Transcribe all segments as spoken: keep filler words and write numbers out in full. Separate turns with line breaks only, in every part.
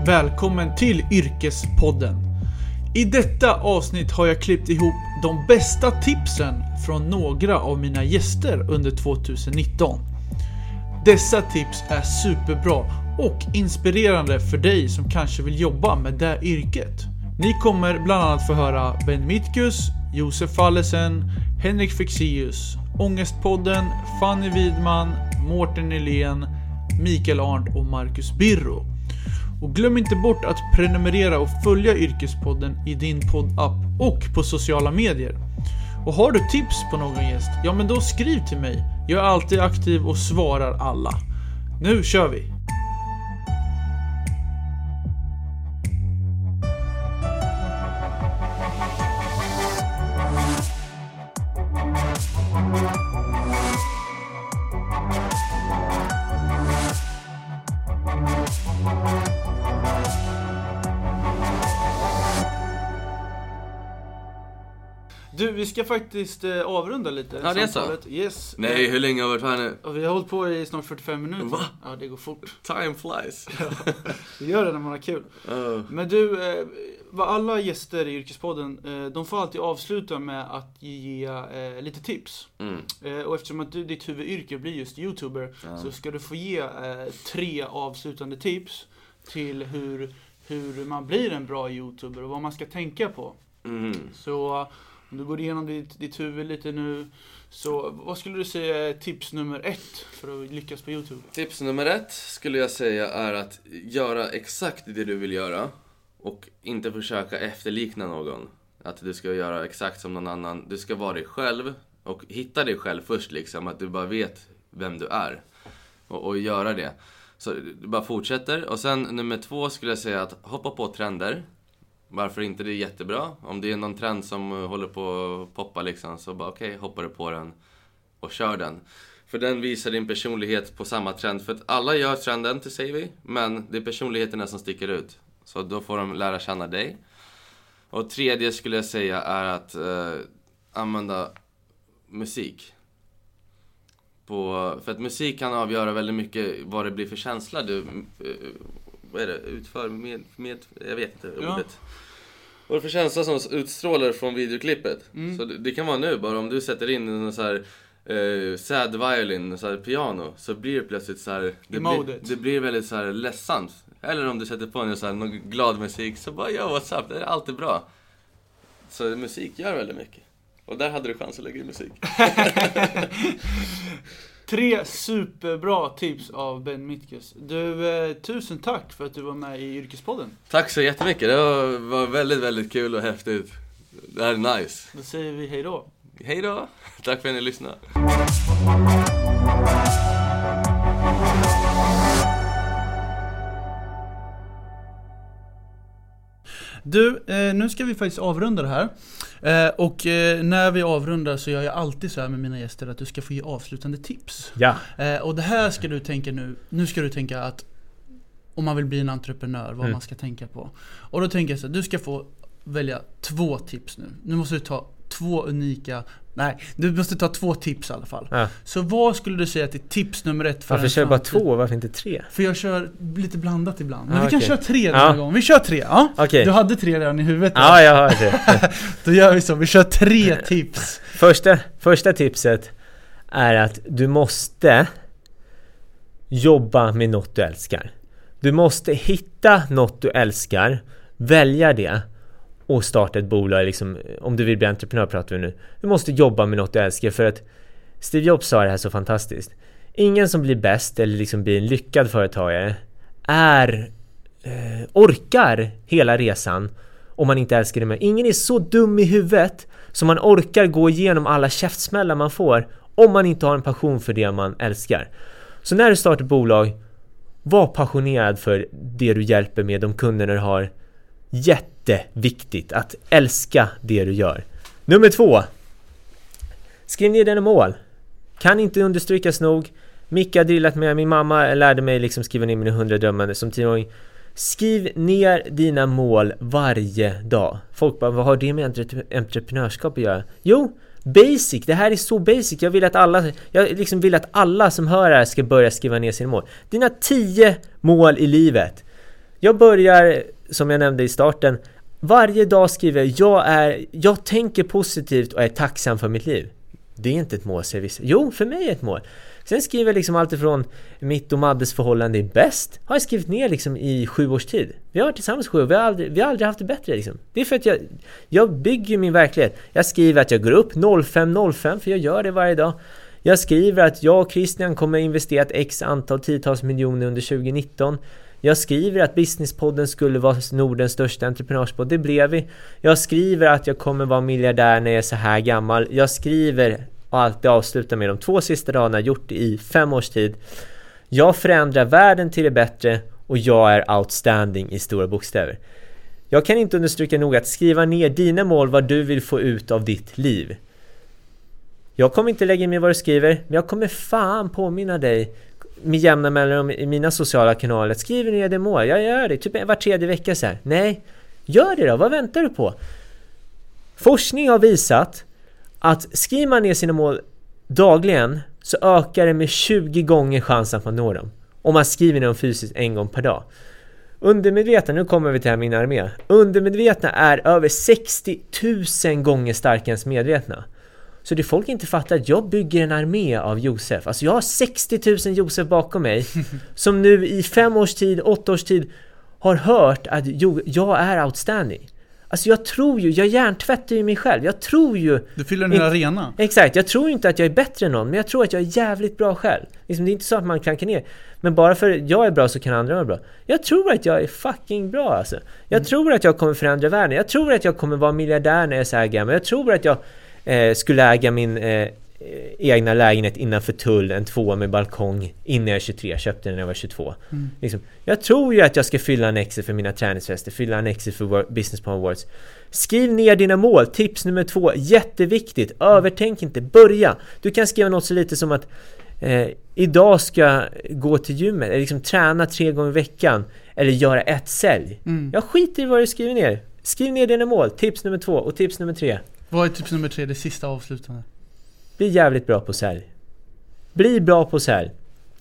välkommen till Yrkespodden. I detta avsnitt har jag klippt ihop de bästa tipsen från några av mina gäster under tjugonitton. Dessa tips är superbra och inspirerande för dig som kanske vill jobba med det yrket. Ni kommer bland annat få höra Ben Mitkus, Josef Fallesen, Henrik Fexeus, Ångestpodden, Fanny Widman, Mårten Nylén, Mikael Arndt och Marcus Birro. Och glöm inte bort att prenumerera och följa Yrkespodden i din poddapp och på sociala medier. Och har du tips på någon gäst, ja men då skriv till mig. Jag är alltid aktiv och svarar alla. Nu kör vi! Du, vi ska faktiskt eh, avrunda lite.
Ja, det är så?
Yes.
Nej, hur länge har vi varit här nu?
Och vi har hållit på i snart fyrtiofem minuter.
Va?
Ja, det går fort.
Time flies.
Ja, det gör det när man har kul.
uh.
Men du, eh, vad alla gäster i Yrkespodden, eh, de får alltid avsluta med att ge eh, lite tips.
Mm.
Eh, och eftersom att du, ditt huvudyrke blir just YouTuber, ja. Så ska du få ge eh, tre avslutande tips till hur, hur man blir en bra YouTuber och vad man ska tänka på.
Mm.
Så om du går igenom ditt, ditt huvud lite nu, så vad skulle du säga är tips nummer ett för att lyckas på YouTube?
Tips nummer ett skulle jag säga är att göra exakt det du vill göra och inte försöka efterlikna någon. Att du ska göra exakt som någon annan. Du ska vara dig själv och hitta dig själv först liksom. Att du bara vet vem du är och, och göra det. Så du bara fortsätter. Och sen nummer två skulle jag säga att hoppa på trender. Varför inte det är jättebra. Om det är någon trend som håller på att poppa liksom, så bara okej, okay, hoppar du på den och kör den. För den visar din personlighet på samma trend. För att alla gör trenden, till säger vi. Men det är personligheterna som sticker ut. Så då får de lära känna dig. Och tredje skulle jag säga är att eh, använda musik. På, för att musik kan avgöra väldigt mycket vad det blir för känsla du... Eh, vad är det? Utför med, med jag vet inte ordet. Ja. Vad är det för känsla som utstrålar från videoklippet? Mm. Så det, det kan vara nu bara om du sätter in en så här eh, sad violin, så här piano, så blir det plötsligt så här det, blir, det blir väldigt så här ledsamt. Eller om du sätter på en så här någon glad musik, så bara ja, what's up? Det är alltid bra. Så musik gör väldigt mycket. Och där hade du chans att lägga in musik.
Tre superbra tips av Ben Mitkus. Du, eh, tusen tack för att du var med i Yrkespodden.
Tack så jättemycket. Det var, var väldigt, väldigt kul och häftigt. Det här är nice.
Då säger vi hej då.
Hej då. Tack för att ni lyssnade.
Du, eh, nu ska vi faktiskt avrunda det här. Eh, och eh, när vi avrundar så gör jag alltid så här med mina gäster att du ska få ge avslutande tips.
Ja.
Eh, och det här ska du tänka nu. Nu ska du tänka att om man vill bli en entreprenör, vad mm. man ska tänka på. Och då tänker jag så här, du ska få välja två tips nu. Nu måste du ta två unika... Nej, du måste ta två tips i alla fall. Ja. Så vad skulle du säga till tips nummer ett för
varför kör bara två? Varför inte tre?
För jag kör lite blandat ibland. Men
ah,
vi
okay.
kan köra tre den
ja.
här gången. Vi kör tre, ja?
Okay.
Du hade tre redan i huvudet.
Ja, jag har det.
Då gör vi så. Vi kör tre tips.
Första, första tipset är att du måste jobba med något du älskar. Du måste hitta något du älskar, välja det och starta ett bolag. Liksom, om du vill bli entreprenör pratar vi nu. Du måste jobba med något du älskar, för att Steve Jobs sa det här så fantastiskt. Ingen som blir bäst eller liksom blir en lyckad företagare är eh, orkar hela resan om man inte älskar det med. Ingen är så dum i huvudet som man orkar gå igenom alla käftsmällar man får om man inte har en passion för det man älskar. Så när du startar ett bolag, var passionerad för det du hjälper med, de kunder du har. Jätteviktigt att älska det du gör. Nummer två. Skriv ner dina mål. Kan inte understrykas nog. Micke har drillat med. Min mamma lärde mig liksom skriva ner mina hundra drömmar som tioåring. Skriv ner dina mål varje dag. Folk bara, vad har det med entreprenörskap att göra? Jo, basic. Det här är så basic. Jag vill att alla, jag liksom vill att alla som hör det här ska börja skriva ner sina mål. Dina tio mål i livet. Jag börjar, som jag nämnde i starten, varje dag skriver jag, jag, är, jag tänker positivt och är tacksam för mitt liv. Det är inte ett mål, säger vissa. Jo, för mig är ett mål. Sen skriver jag liksom allt ifrån mitt och Maddes förhållande är bäst. Har jag skrivit ner liksom i sju års tid. Vi har varit tillsammans sju år. Vi har aldrig, vi har aldrig haft det bättre liksom. Det är för att jag, jag bygger min verklighet. Jag skriver att jag går upp noll fem noll fem, för jag gör det varje dag. Jag skriver att jag och Christian kommer investera ett x antal tiotals miljoner under tjugo nitton. Jag skriver att Businesspodden skulle vara Nordens största entreprenörspodd. Det blev vi. Jag skriver att jag kommer vara miljardär när jag är så här gammal. Jag skriver och alltid avslutar med de två sista raderna, gjort det i fem års tid. Jag förändrar världen till det bättre och jag är outstanding i stora bokstäver. Jag kan inte understryka nog att skriva ner dina mål, vad du vill få ut av ditt liv. Jag kommer inte lägga in med vad du skriver, men jag kommer fan påminna dig med jämna mellanrum i mina sociala kanaler. Skriv ner det mål, jag gör det typ var tredje vecka så här. Nej, gör det då, vad väntar du på? Forskning har visat att skriver man ner sina mål dagligen så ökar det med tjugo gånger chansen att man når dem. Om man skriver ner dem fysiskt en gång per dag. Undermedvetna, nu kommer vi till min armé. Undermedvetna är över sextio tusen gånger starkare än medvetna. Så det folk inte fattar att jag bygger en armé av Josef. Alltså jag har sextio tusen Josef bakom mig som nu i fem års tid, åtta års tid har hört att jo, jag är outstanding. Alltså jag tror ju, jag hjärntvättar ju mig själv. Jag tror ju...
Du fyller en hel arena.
Exakt, jag tror inte att jag är bättre än någon, men jag tror att jag är jävligt bra själv. Liksom, det är inte så att man klankar ner. Men bara för att jag är bra så kan andra vara bra. Jag tror att jag är fucking bra alltså. Jag mm. tror att jag kommer förändra världen. Jag tror att jag kommer vara miljardär när jag är så här gammal. Jag tror att jag eh, skulle äga min eh, egna lägenhet innanför tull, en tvåa med balkong innan jag är tjugotre. Jag köpte den när jag var tjugotvå. Mm. Liksom, jag tror ju att jag ska fylla en exit för mina träningsfester, fylla en exit för Business Power Awards. Skriv ner dina mål. Tips nummer två, jätteviktigt. Övertänk inte, börja. Du kan skriva något så lite som att eh, idag ska jag gå till gymmet, eller liksom träna tre gånger i veckan, eller göra ett sälj. Mm. Jag skiter i vad du skriver ner. Skriv ner dina mål. Tips nummer två och tips nummer tre.
Vad är tips nummer tre? Det sista avslutande.
Bli jävligt bra på sälj. Bli bra på sälj.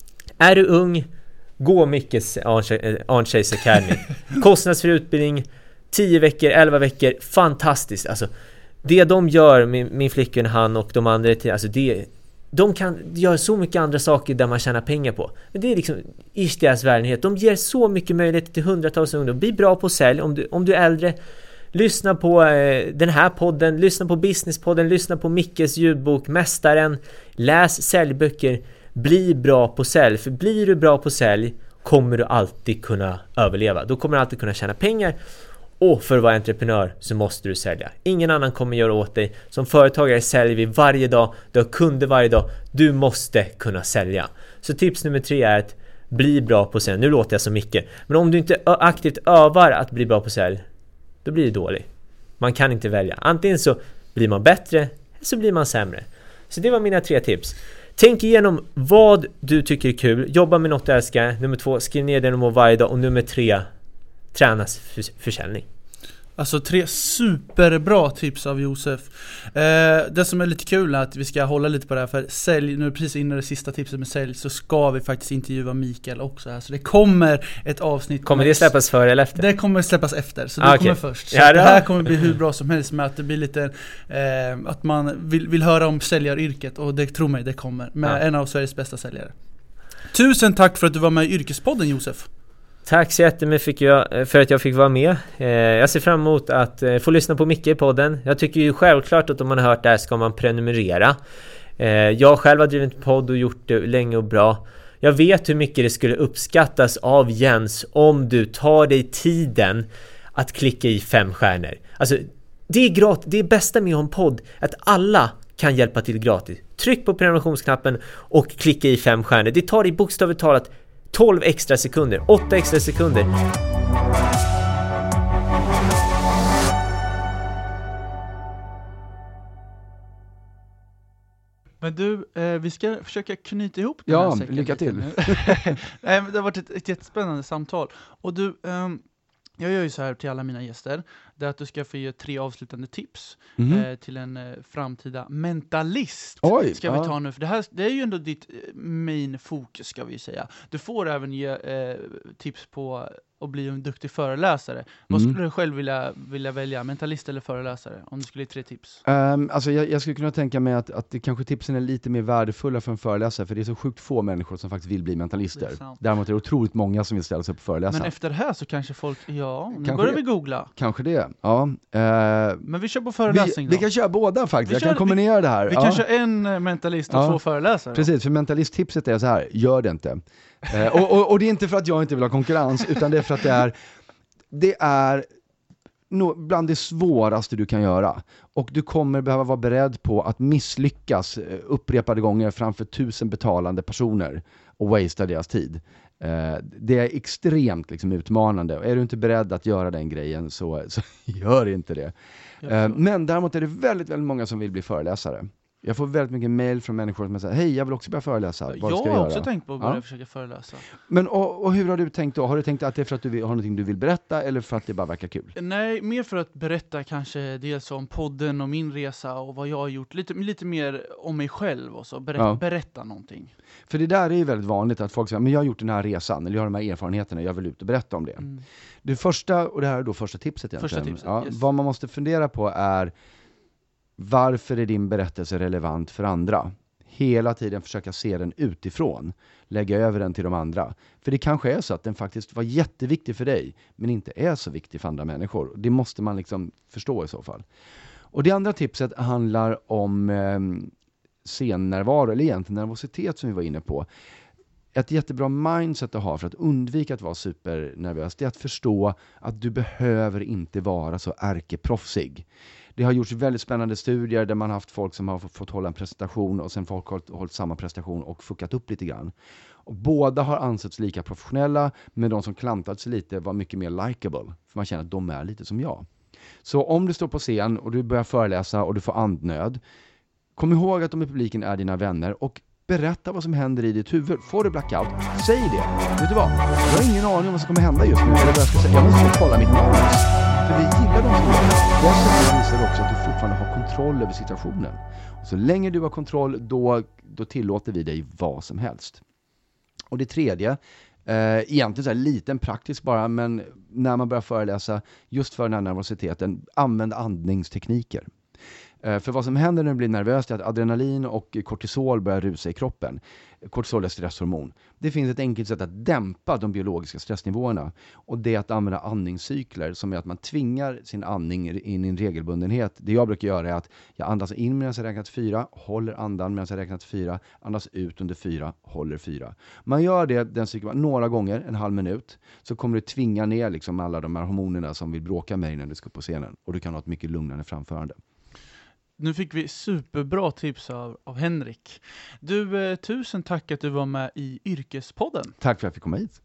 Är du ung, gå Mickes Arnchase Academy. Kostnadsfri utbildning, tio veckor, elva veckor, fantastiskt. Alltså, det de gör, min, min flickvän, han och de andra, alltså det, de kan göra så mycket andra saker där man tjänar pengar på. Men det är liksom i deras världenhet. De ger så mycket möjligheter till hundratals ungdomar. Bli bra på sälj om du, om du är äldre. Lyssna på eh, den här podden, lyssna på Businesspodden, lyssna på Mickes ljudbok Mästaren, läs säljböcker, bli bra på sälj. För blir du bra på sälj kommer du alltid kunna överleva. Då kommer du alltid kunna tjäna pengar. Och för att vara entreprenör så måste du sälja. Ingen annan kommer göra åt dig. Som företagare säljer vi varje dag, du har kunder varje dag. Du måste kunna sälja. Så tips nummer tre är att bli bra på sälj. Nu låter jag som Micke. Men om du inte aktivt övar att bli bra på sälj, då blir det dåligt. Man kan inte välja. Antingen så blir man bättre eller så blir man sämre. Så det var mina tre tips. Tänk igenom vad du tycker är kul. Jobba med något du älskar. Nummer två, skriv ner det om varje dag. Och nummer tre, tränas för försäljning.
Alltså tre superbra tips av Josef. Eh, det som är lite kul är att vi ska hålla lite på det här, för sälj, nu precis innan det sista tipset med sälj så ska vi faktiskt intervjua Mikael också här. Så det kommer ett avsnitt.
Kommer det släppas före eller efter?
Det kommer släppas efter, så det
ah,
kommer
okay.
först. Så
ja,
det här kommer bli hur bra som helst med att det blir lite eh, att man vill, vill höra om säljaryrket, och det, tro mig, det kommer med ja. en av Sveriges bästa säljare. Tusen tack för att du var med i Yrkespodden, Josef.
Tack så jättemycket för att jag fick vara med. Jag ser fram emot att få lyssna på Micke i podden. Jag tycker ju självklart att om man har hört det här ska man prenumerera. Jag själv har drivit podd och gjort det länge och bra. Jag vet hur mycket det skulle uppskattas av Jens om du tar dig tiden att klicka i fem stjärnor. Alltså, det är gratis. Det är bästa med en podd att alla kan hjälpa till gratis. Tryck på prenumerationsknappen och klicka i fem stjärnor. Det tar dig bokstavligt talat tolv extra sekunder, åtta extra sekunder.
Men du, eh, vi ska försöka knyta ihop den
ja,
här säcken.
Lycka till.
Det har varit ett, ett jättespännande samtal. Och du, um, jag gör ju så här till alla mina gäster. det är att du ska få ge tre avslutande tips
Mhm.
eh, till en eh, framtida mentalist.
Oj,
Ska vi
ja.
ta nu, för det här det är ju ändå ditt eh, main fokus, ska vi säga. Du får även ge eh, tips på att bli en duktig föreläsare. Vad
Mm.
skulle du själv vilja, vilja välja, mentalist eller föreläsare? Om du skulle ge tre tips.
Um, alltså jag, jag skulle kunna tänka mig att, att det kanske tipsen är lite mer värdefulla för en föreläsare, för det är så sjukt få människor som faktiskt vill bli
Det
mentalister.
är sant.
Däremot är det otroligt många som vill ställa sig upp och föreläsa.
Men efter det här så kanske folk, ja, nu
Kanske
börjar
det.
vi googla.
Kanske det, ja. Uh,
Men vi kör på föreläsning
vi, vi
då.
kan köra båda faktiskt,
Vi
jag
kör-
kan kombinera det här.
Vi
ja.
kan köra en eh, mentalist och
Ja.
två föreläsare.
Precis, för mentalisttipset är så här: gör det inte. Eh, och, och, och det är inte för att jag inte vill ha konkurrens, utan det är för att det är det är no, bland det svåraste du kan göra. Och du kommer behöva vara beredd på att misslyckas eh, upprepade gånger framför tusen betalande personer och wastea deras tid. Eh, det är extremt liksom, utmanande. Och är du inte beredd att göra den grejen så, så gör inte det. Eh, men däremot är det väldigt, väldigt många som vill bli föreläsare. Jag får väldigt mycket mejl från människor som säger: hej, jag vill också börja föreläsa. Vad
Jag
ska jag
har
göra?
också tänkt på att börja
Ja.
försöka föreläsa.
Men och, och hur har du tänkt då? Har du tänkt att det är för att du vill, har någonting du vill berätta, eller för att det bara verkar kul?
Nej, mer för att berätta kanske dels om podden och min resa och vad jag har gjort. Lite, lite mer om mig själv och så. Berätta,
Ja.
berätta någonting.
För det där är ju väldigt vanligt att folk säger: men jag har gjort den här resan, eller jag har de här erfarenheterna, jag vill ut och berätta om det.
Mm.
Det första, och det här är då första tipset egentligen.
Första tipset,
ja,
yes.
Vad man måste fundera på är: varför är din berättelse relevant för andra? Hela tiden försöka se den utifrån. Lägga över den till de andra. För det kanske är så att den faktiskt var jätteviktig för dig, men inte är så viktig för andra människor. Det måste man liksom förstå i så fall. Och det andra tipset handlar om eh, scennärvaro, eller egentligen nervositet som vi var inne på. Ett jättebra mindset att ha för att undvika att vara supernervös, det är att förstå att du behöver inte vara så ärkeproffsig. Det har gjorts väldigt spännande studier där man har haft folk som har fått hålla en presentation och sen folk har hållit samma prestation och fuckat upp lite grann. Och båda har ansetts lika professionella, men de som klantat sig lite var mycket mer likable. För man känner att de är lite som jag. Så om du står på scen och du börjar föreläsa och du får andnöd, kom ihåg att de i publiken är dina vänner och berätta vad som händer i ditt huvud. Får du blackout, säg det. Vet du vad? Jag har ingen aning om vad som kommer hända just nu. Eller vad jag ska säga. Jag måste kolla mitt manus. För vi gillar de som gör det. Dessutom visar det också att du fortfarande har kontroll över situationen. Och så länge du har kontroll, då, då tillåter vi dig vad som helst. Och det tredje, eh, egentligen så här liten praktiskt bara, men när man börjar föreläsa, just för den här nervositeten, använd andningstekniker. För vad som händer när du blir nervös är att adrenalin och kortisol börjar rusa i kroppen. Kortisol är stresshormon. Det finns ett enkelt sätt att dämpa de biologiska stressnivåerna. Och det är att använda andningscykler som är att man tvingar sin andning in i en regelbundenhet. Det jag brukar göra är att jag andas in medan jag räknat fyra, håller andan medan jag räknat fyra, andas ut under fyra, håller fyra. Man gör det den cykeln några gånger, en halv minut, så kommer du tvinga ner liksom alla de här hormonerna som vill bråka med dig när du ska upp på scenen. Och du kan ha ett mycket lugnare framförande.
Nu fick vi superbra tips av, av Henrik. Du, eh, tusen tack att du var med i Yrkespodden.
Tack för att jag fick komma hit.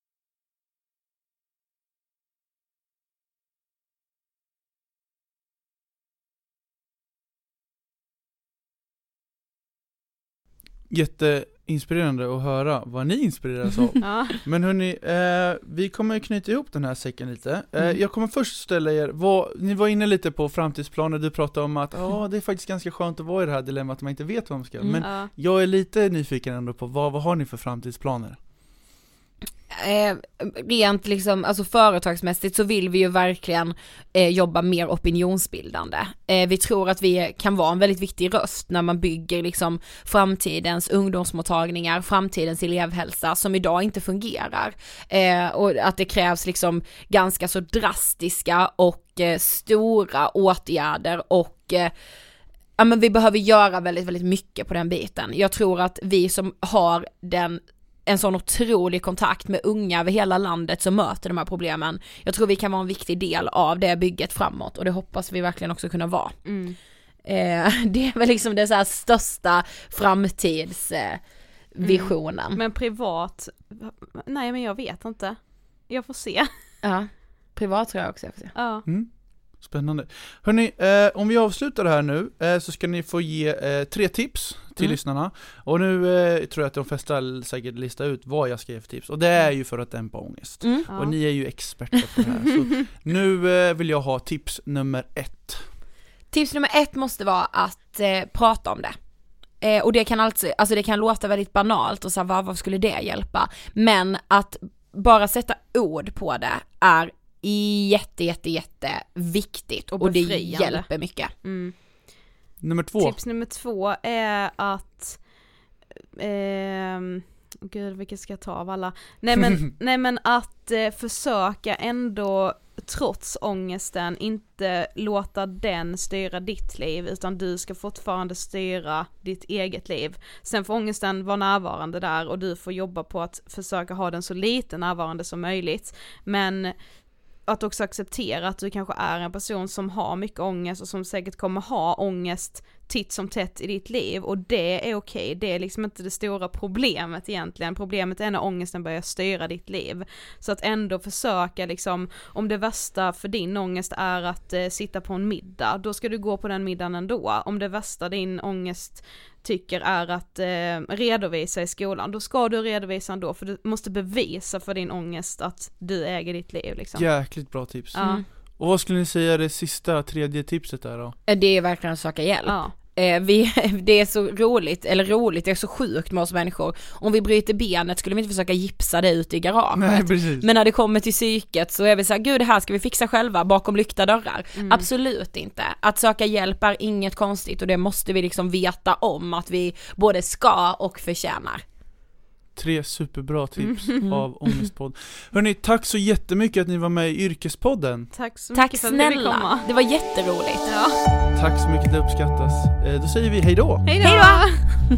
Jätteinspirerande att höra vad ni inspireras av.
Ja.
Men hörni, eh, vi kommer knyta ihop den här säcken lite. Eh,
Mm.
Jag kommer först ställa er, vad, ni var inne lite på framtidsplaner, du pratade om att ah, det är faktiskt ganska skönt att vara i det här dilemmat att man inte vet vad man ska.
Mm.
Men
Ja.
jag är lite nyfiken ändå på, vad, vad har ni för framtidsplaner?
Eh, rent liksom, alltså företagsmässigt så vill vi ju verkligen eh, jobba mer opinionsbildande. Eh, vi tror att vi kan vara en väldigt viktig röst när man bygger liksom framtidens ungdomsmottagningar, framtidens elevhälsa som idag inte fungerar. Eh, och att det krävs liksom ganska så drastiska och eh, stora åtgärder och eh, ja, men vi behöver göra väldigt, väldigt mycket på den biten. Jag tror att vi som har den en sån otrolig kontakt med unga över hela landet som möter de här problemen. Jag tror vi kan vara en viktig del av det bygget framåt och det hoppas vi verkligen också kunna vara. Mm. Eh, det är väl liksom det så här största framtidsvisionen. Eh,
mm. Men privat, nej men jag vet inte. Jag får se.
Ja, privat tror jag också jag får se.
Ja.
Mm. Spännande. Hörrni, eh, om vi avslutar det här nu eh, så ska ni få ge eh, tre tips till mm. lyssnarna. Och nu eh, tror jag att de flesta säkert listar ut vad jag ska ge för tips. Och det är ju för att dämpa ångest. Mm. Och ja. Ni är ju experter på det här. Så nu eh, vill jag ha tips nummer ett.
Tips nummer ett måste vara att eh, prata om det. Eh, och det kan alltså, alltså det kan låta väldigt banalt och så här, vad, vad skulle det hjälpa? Men att bara sätta ord på det är jätte, jätte, jätte viktigt och, och det hjälper mycket.
Mm.
Nummer två.
Tips nummer två är att eh, gud, vilket ska jag ta av alla? Nej men, nej, men att eh, försöka ändå trots ångesten inte låta den styra ditt liv, utan du ska fortfarande styra ditt eget liv. Sen får ångesten vara närvarande där och du får jobba på att försöka ha den så lite närvarande som möjligt. Men att också acceptera att du kanske är en person som har mycket ångest och som säkert kommer ha ångest titt som tätt i ditt liv, och det är okej. Det är liksom inte det stora problemet egentligen. Problemet är när ångesten börjar styra ditt liv. Så att ändå försöka liksom, om det värsta för din ångest är att eh, sitta på en middag, då ska du gå på den middagen ändå. Om det värsta din ångest tycker är att eh, redovisa i skolan, då ska du redovisa ändå, för du måste bevisa för din ångest att du äger ditt liv liksom.
Jäkligt bra tips.
Mm.
Och vad skulle ni säga det sista, tredje tipset där då?
Det är verkligen att söka hjälp.
Ja.
Eh, vi, det är så roligt, eller roligt, det är så sjukt med oss människor. Om vi bryter benet skulle vi inte försöka gipsa det ut i garaget.
Nej, precis.
Men när det kommer till psyket så är vi så här, gud det här ska vi fixa själva bakom lyckta dörrar. Mm. Absolut inte. Att söka hjälp är inget konstigt, och det måste vi liksom veta om att vi både ska och förtjänar.
Tre superbra tips mm. av Ångestpodd. Hörrni, tack så jättemycket att ni var med i Yrkespodden.
Tack så
tack
mycket för
snälla.
att du ville komma.
Det var jätteroligt.
Ja.
Tack så mycket, det uppskattas. Eh, då säger vi hej då.
Hej då.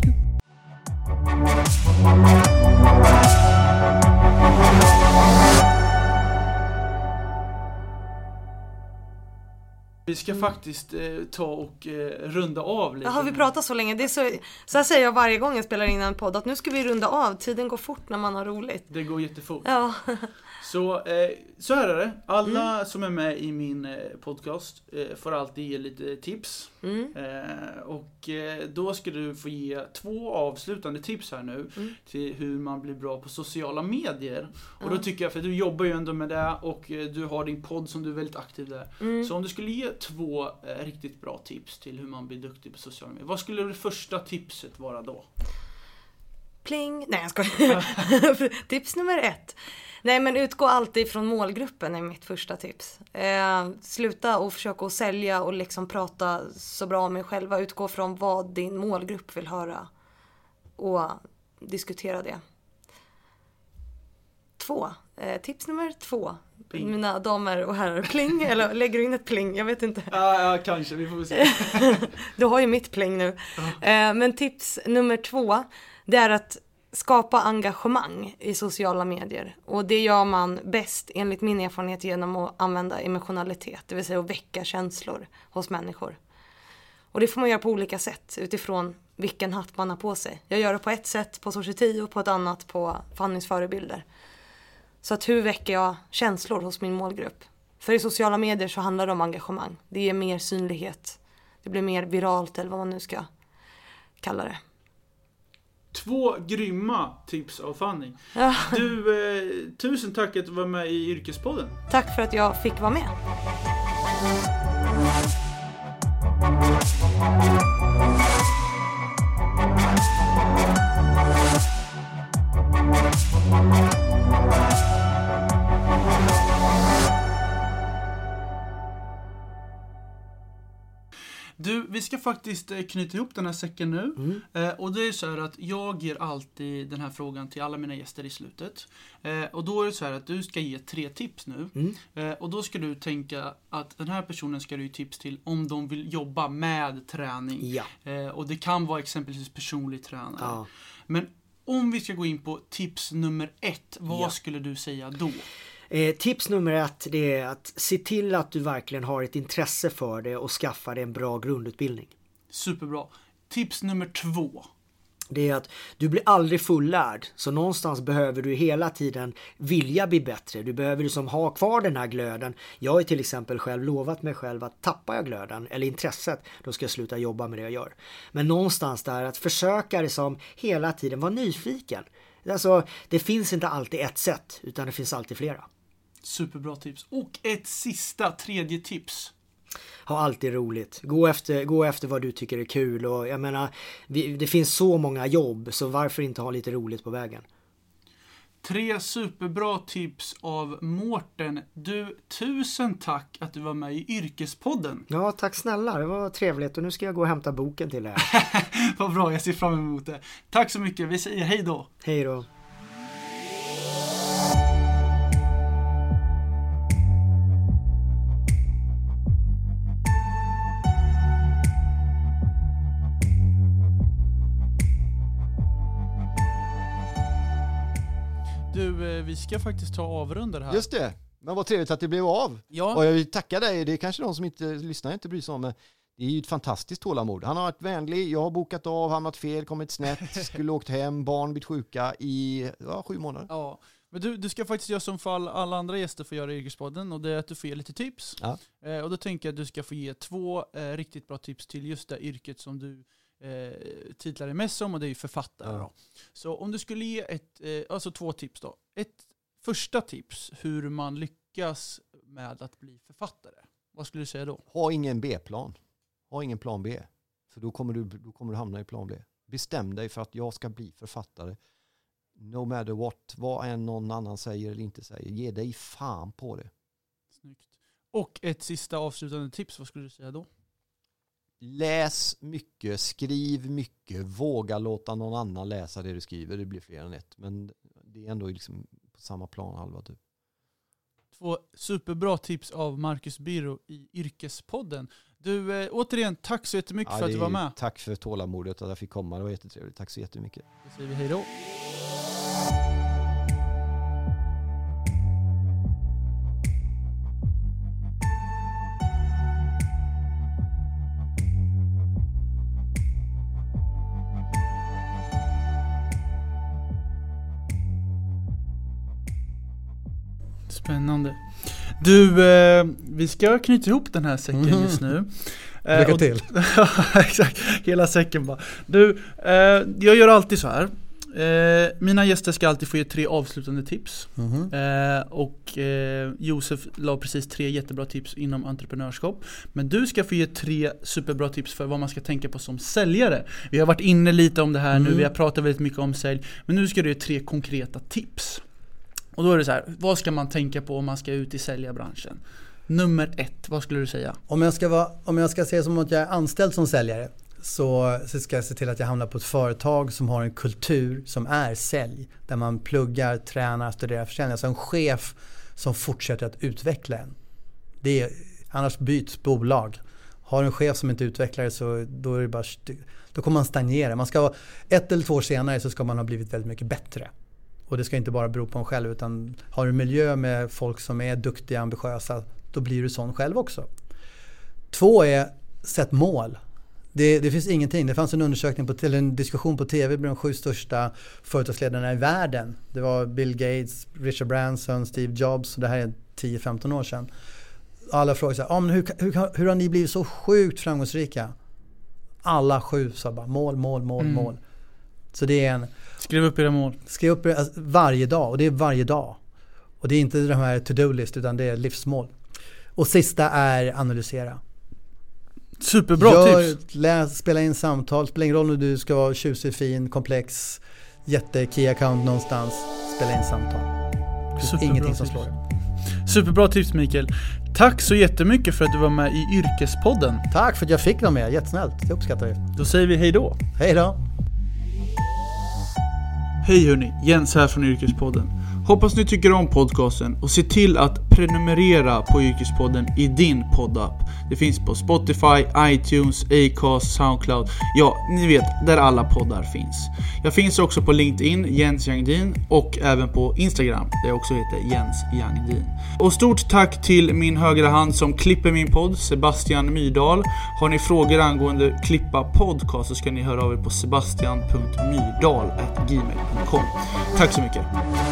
Vi ska faktiskt eh, ta och eh, runda av lite.
Har vi pratat så länge? Det är så, så här säger jag varje gång jag spelar in en podd, att nu ska vi runda av. Tiden går fort när man har roligt.
Det går jättefort.
Ja.
Så, eh, så här är det. Alla mm. som är med i min eh, podcast eh, får alltid ge lite tips.
Mm.
Eh, och eh, då ska du få ge två avslutande tips här nu
mm.
till hur man blir bra på sociala medier.
Ja.
Och då tycker jag, för du jobbar ju ändå med det och eh, du har din podd som du är väldigt aktiv där.
Mm.
Så om du skulle ge två eh, riktigt bra tips till hur man blir duktig på sociala medier, vad skulle det första tipset vara då?
Pling! Nej, jag skojar. Tips nummer ett. Nej, men utgå alltid från målgruppen är mitt första tips. Eh, sluta och försöka att sälja och liksom prata så bra om er själva. Utgå från vad din målgrupp vill höra och diskutera det. Två. Eh, tips nummer två. Pling. Mina damer och herrar. Pling, eller lägger du in ett pling? Jag vet inte.
Ja, ja kanske. Vi får se.
Du har ju mitt pling nu.
Ja.
Eh, men tips nummer två, det är att skapa engagemang i sociala medier. Och det gör man bäst enligt min erfarenhet genom att använda emotionalitet. Det vill säga att väcka känslor hos människor. Och det får man göra på olika sätt utifrån vilken hatt man har på sig. Jag gör det på ett sätt på Society och på ett annat på Fannys förebilder. Så att hur väcker jag känslor hos min målgrupp? För i sociala medier så handlar det om engagemang. Det ger mer synlighet. Det blir mer viralt eller vad man nu ska kalla det.
Två grymma tips av Fanny.
Ja.
Du, eh, tusen tack att du var med i Yrkespodden.
Tack för att jag fick vara med.
Du, vi ska faktiskt knyta ihop den här säcken nu.
Mm.
Eh, och det är så här att jag ger alltid den här frågan till alla mina gäster i slutet. Eh, och då är det så här att du ska ge tre tips nu.
Mm.
Eh, och då ska du tänka att den här personen ska du ge tips till om de vill jobba med träning.
Ja.
Eh, och det kan vara exempelvis personlig tränare.
Ja.
Men om vi ska gå in på tips nummer ett, vad
Ja.
skulle du säga då?
Eh, tips nummer ett, det är att se till att du verkligen har ett intresse för det och skaffa dig en bra grundutbildning.
Superbra. Tips nummer två.
det är att du blir aldrig fullärd. Så någonstans behöver du hela tiden vilja bli bättre. Du behöver liksom ha kvar den här glöden. Jag har till exempel själv lovat mig själv att tappar jag glöden eller intresset, då ska jag sluta jobba med det jag gör. Men någonstans där att försöka liksom hela tiden vara nyfiken. Alltså, det finns inte alltid ett sätt, utan det finns alltid flera.
Superbra tips. Och ett sista, tredje tips.
Ha alltid roligt. Gå efter, gå efter vad du tycker är kul. Och jag menar, vi, det finns så många jobb, så varför inte ha lite roligt på vägen?
Tre superbra tips av Mårten. Du, tusen tack att du var med i Yrkespodden.
Ja, tack snälla. Det var trevligt. Och nu ska jag gå och hämta boken till er.
Vad bra, jag ser fram emot det. Tack så mycket. Vi säger hej då.
Hej då.
Du, vi ska faktiskt ta avrunda det här.
Just det, men vad trevligt att det blev av.
Ja.
Och jag vill tacka dig, det är kanske de som inte lyssnar inte bryr sig om, men det är ju ett fantastiskt tålamod. Han har varit vänlig, jag har bokat av, hamnat fel, kommit snett, skulle åkt hem, barn blivit sjuka i ja, sju månader.
Ja, men du, du ska faktiskt göra som fall alla andra gäster får göra i Yrkespodden, och det är att du får ge lite tips.
Ja.
Eh, och då tänker jag att du ska få ge två eh, riktigt bra tips till just det yrket som du eh, titlar dig mest om, och det är ju författare.
Ja.
Då. Så om du skulle ge ett, eh, alltså två tips då. Ett första tips, hur man lyckas med att bli författare. Vad skulle du säga då?
Ha ingen B-plan. Ha ingen plan B. För då kommer du, då kommer du hamna i plan B. Bestäm dig för att jag ska bli författare. No matter what. Vad än någon annan säger eller inte säger. Ge dig fan på det.
Snyggt. Och ett sista avslutande tips, vad skulle du säga då?
Läs mycket, skriv mycket. Våga låta någon annan läsa det du skriver. Det blir fler än ett. Men det är ändå liksom på samma plan halva typ.
Två superbra tips av Marcus Biro i Yrkespodden. Du, eh, återigen, tack så jättemycket
Ja,
för att du var med.
Tack för tålamodet att jag fick komma. Det var jättetrevligt. Tack så jättemycket.
Då säger vi hej då. Spännande. Du, eh, vi ska knyta ihop den här säcken
Mm.
just nu. Eh,
Lycka
och-
till.
Exakt, hela säcken bara. Du, eh, jag gör alltid så här. Eh, mina gäster ska alltid få ge tre avslutande tips.
Mhm.
Eh, och eh, Josef la precis tre jättebra tips inom entreprenörskap. Men du ska få ge tre superbra tips för vad man ska tänka på som säljare. Vi har varit inne lite om det här nu,
Mm.
vi har pratat väldigt mycket om sälj. Men nu ska du ge tre konkreta tips. Och då är det så här, vad ska man tänka på om man ska ut i säljarbranschen? Nummer ett, vad skulle du säga?
Om jag ska vara, om jag ska se som att jag är anställd som säljare, så, så ska jag se till att jag hamnar på ett företag som har en kultur som är sälj. Där man pluggar, tränar, studerar försäljning. Alltså en chef som fortsätter att utveckla en. Det är, annars byts bolag. Har en chef som inte utvecklar det, så då, är det bara, då kommer man stagnera. Man ska, ett eller två år senare så ska man ha blivit väldigt mycket bättre. Och det ska inte bara bero på en själv, utan har du en miljö med folk som är duktiga, ambitiösa, då blir du sån själv också. Två är, sätt mål. Det, det finns ingenting. Det fanns en undersökning på, eller en diskussion på tv med de sju största företagsledarna i världen. Det var Bill Gates, Richard Branson, Steve Jobs. Det här är tio femton år sedan. Alla frågade så här, ah, men hur, hur, hur har ni blivit så sjukt framgångsrika? Alla sju sa bara mål, mål, mål,
Mm.
mål. Så det är en...
Skriv upp era mål.
Skriv upp alltså, varje dag, och det är varje dag. Och det är inte de här to-do-list, utan det är livsmål. Och sista är analysera.
Superbra
Gör,
tips.
Läs, spela in samtal, spelar ingen roll om du ska vara tjusig, fin, komplex, jätte-key account någonstans. Spela in samtal. Det finns
Superbra
ingenting som
tips.
slår det.
Superbra tips, Mikael. Tack så jättemycket för att du var med i Yrkespodden.
Tack för att jag fick vara med, jättesnällt. Det uppskattar vi.
Då säger vi hej då.
Hej då.
Hej hörni, Jens här från Yrkespodden. Hoppas ni tycker om podcasten och se till att prenumerera på Yrkespodden i din poddapp. Det finns på Spotify, iTunes, Acast, Soundcloud. Ja, ni vet, där alla poddar finns. Jag finns också på LinkedIn, Jens Jangdin, och även på Instagram, där jag också heter Jens Jangdin. Och stort tack till min högra hand som klipper min podd, Sebastian Myrdal. Har ni frågor angående klippa podcast så ska ni höra av er på sebastian punkt myrdal at gmail punkt com. Tack så mycket.